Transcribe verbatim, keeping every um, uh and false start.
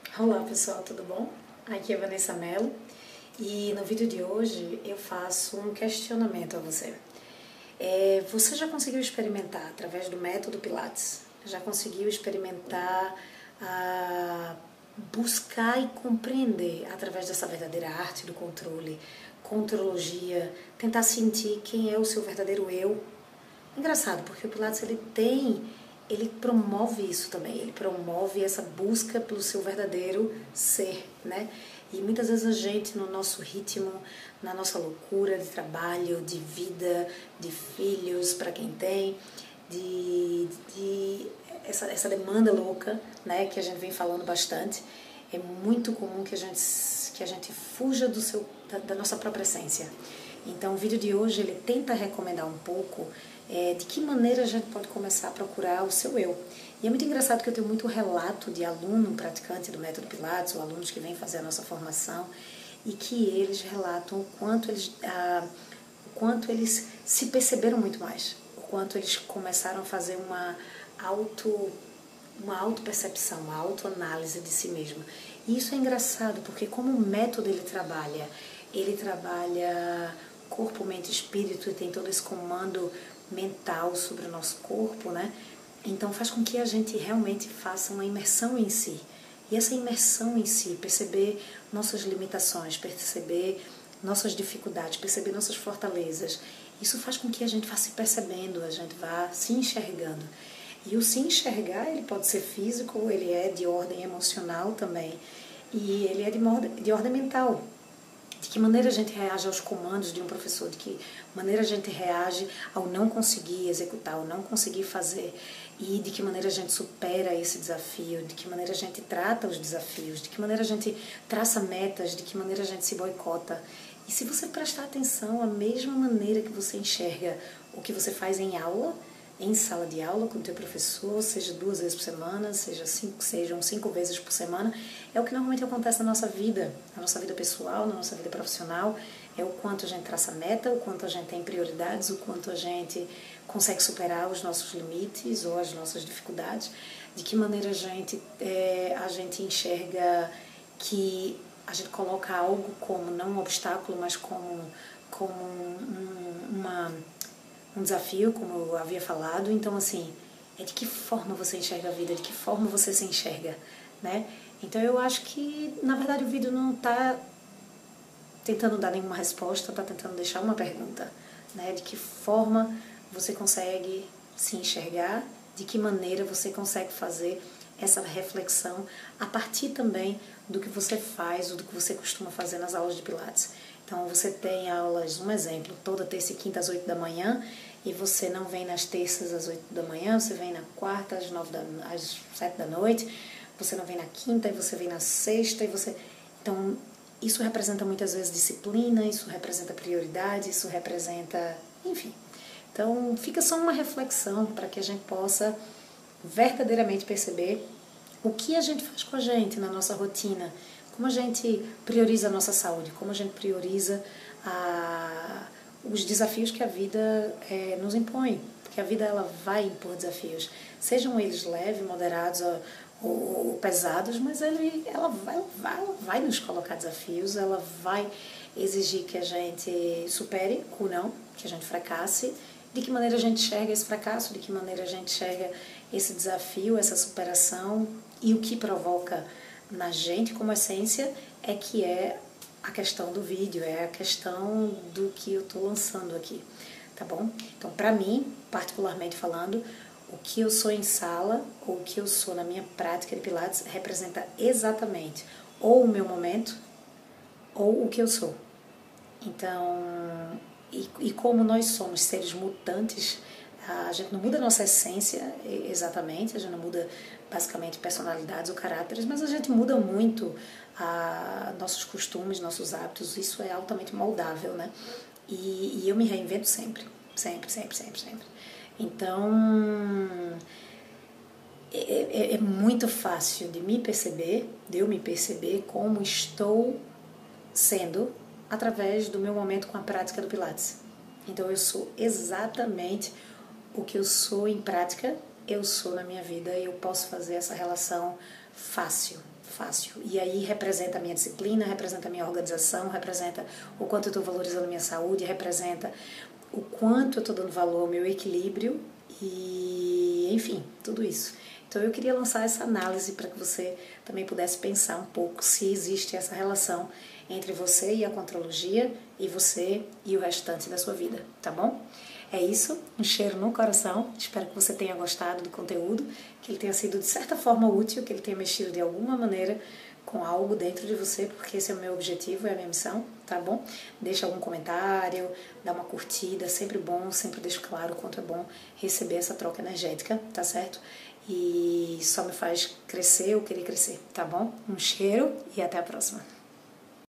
Olá pessoal, tudo bom? Aqui é Vanessa Mello e no vídeo de hoje eu faço um questionamento a você. É, você já conseguiu experimentar através do método Pilates? Já conseguiu experimentar, ah, buscar e compreender através dessa verdadeira arte do controle, contrologia, tentar sentir quem é o seu verdadeiro eu? Engraçado, porque o Pilates ele tem, ele promove isso também, ele promove essa busca pelo seu verdadeiro ser, né? E muitas vezes a gente, no nosso ritmo, na nossa loucura de trabalho, de vida, de filhos, para quem tem, de, de essa, essa demanda louca, né, que a gente vem falando bastante, é muito comum que a gente, que a gente fuja do seu, da, da nossa própria essência. Então o vídeo de hoje ele tenta recomendar um pouco é, de que maneira a gente pode começar a procurar o seu eu. E é muito engraçado que eu tenho muito relato de aluno praticante do método Pilates, ou alunos que vêm fazer a nossa formação, e que eles relatam o quanto eles, ah, o quanto eles se perceberam muito mais, o quanto eles começaram a fazer uma auto uma autopercepção, uma autoanálise de si mesmo. E isso é engraçado, porque como o método ele trabalha, ele trabalha corpo, mente e espírito, e tem todo esse comando mental sobre o nosso corpo, né? Então faz com que a gente realmente faça uma imersão em si. E essa imersão em si, perceber nossas limitações, perceber nossas dificuldades, perceber nossas fortalezas, isso faz com que a gente vá se percebendo, a gente vá se enxergando. E o se enxergar, ele pode ser físico, ele é de ordem emocional também, e ele é de ordem, de ordem mental. De que maneira a gente reage aos comandos de um professor, de que maneira a gente reage ao não conseguir executar, ao não conseguir fazer, e de que maneira a gente supera esse desafio, de que maneira a gente trata os desafios, de que maneira a gente traça metas, de que maneira a gente se boicota. E se você prestar atenção, a mesma maneira que você enxerga o que você faz em aula, em sala de aula com o teu professor, seja duas vezes por semana, seja cinco, sejam cinco vezes por semana, é o que normalmente acontece na nossa vida, na nossa vida pessoal, na nossa vida profissional, é o quanto a gente traça meta, o quanto a gente tem prioridades, o quanto a gente consegue superar os nossos limites ou as nossas dificuldades, de que maneira a gente, é, a gente enxerga que a gente coloca algo como, não um obstáculo, mas como, como um, uma... um desafio, como eu havia falado. Então, assim, é de que forma você enxerga a vida, de que forma você se enxerga, né? Então, eu acho que, na verdade, o vídeo não está tentando dar nenhuma resposta, está tentando deixar uma pergunta, né? De que forma você consegue se enxergar, de que maneira você consegue fazer essa reflexão a partir também do que você faz ou do que você costuma fazer nas aulas de Pilates. Então você tem aulas, um exemplo, toda terça e quinta às oito da manhã, e você não vem nas terças às oito da manhã, você vem na quarta às, nove da, às sete da noite, você não vem na quinta e você vem na sexta, e você... Então isso representa muitas vezes disciplina, isso representa prioridade, isso representa... enfim. Então fica só uma reflexão para que a gente possa verdadeiramente perceber o que a gente faz com a gente na nossa rotina, como a gente prioriza a nossa saúde, como a gente prioriza a, os desafios que a vida é, nos impõe, porque a vida ela vai impor desafios, sejam eles leves, moderados ou, ou, ou pesados, mas ele, ela, vai, ela, vai, ela vai nos colocar desafios, ela vai exigir que a gente supere ou não, que a gente fracasse. De que maneira a gente enxerga esse fracasso, de que maneira a gente enxerga esse desafio, essa superação, e o que provoca na gente como essência é que é a questão do vídeo, é a questão do que eu estou lançando aqui, tá bom? Então, para mim, particularmente falando, o que eu sou em sala, ou o que eu sou na minha prática de Pilates, representa exatamente ou o meu momento, ou o que eu sou. Então, e, e como nós somos seres mutantes, a gente não muda a nossa essência exatamente, a gente não muda basicamente personalidades ou caráteres, mas a gente muda muito a, nossos costumes, nossos hábitos, isso é altamente moldável, né? E, e eu me reinvento sempre, sempre, sempre, sempre, sempre. Então, é, é, é muito fácil de me perceber, de eu me perceber como estou sendo através do meu momento com a prática do Pilates. Então eu sou exatamente o que eu sou em prática, eu sou na minha vida, e eu posso fazer essa relação fácil, fácil. E aí representa a minha disciplina, representa a minha organização, representa o quanto eu estou valorizando a minha saúde, representa o quanto eu estou dando valor ao meu equilíbrio e, enfim, tudo isso. Então eu queria lançar essa análise para que você também pudesse pensar um pouco se existe essa relação entre você e a contrologia e você e o restante da sua vida, tá bom? É isso, um cheiro no coração, espero que você tenha gostado do conteúdo, que ele tenha sido de certa forma útil, que ele tenha mexido de alguma maneira com algo dentro de você, porque esse é o meu objetivo, é a minha missão, tá bom? Deixa algum comentário, dá uma curtida, sempre bom, sempre deixo claro o quanto é bom receber essa troca energética, tá certo? E só me faz crescer ou querer crescer, tá bom? Um cheiro e até a próxima.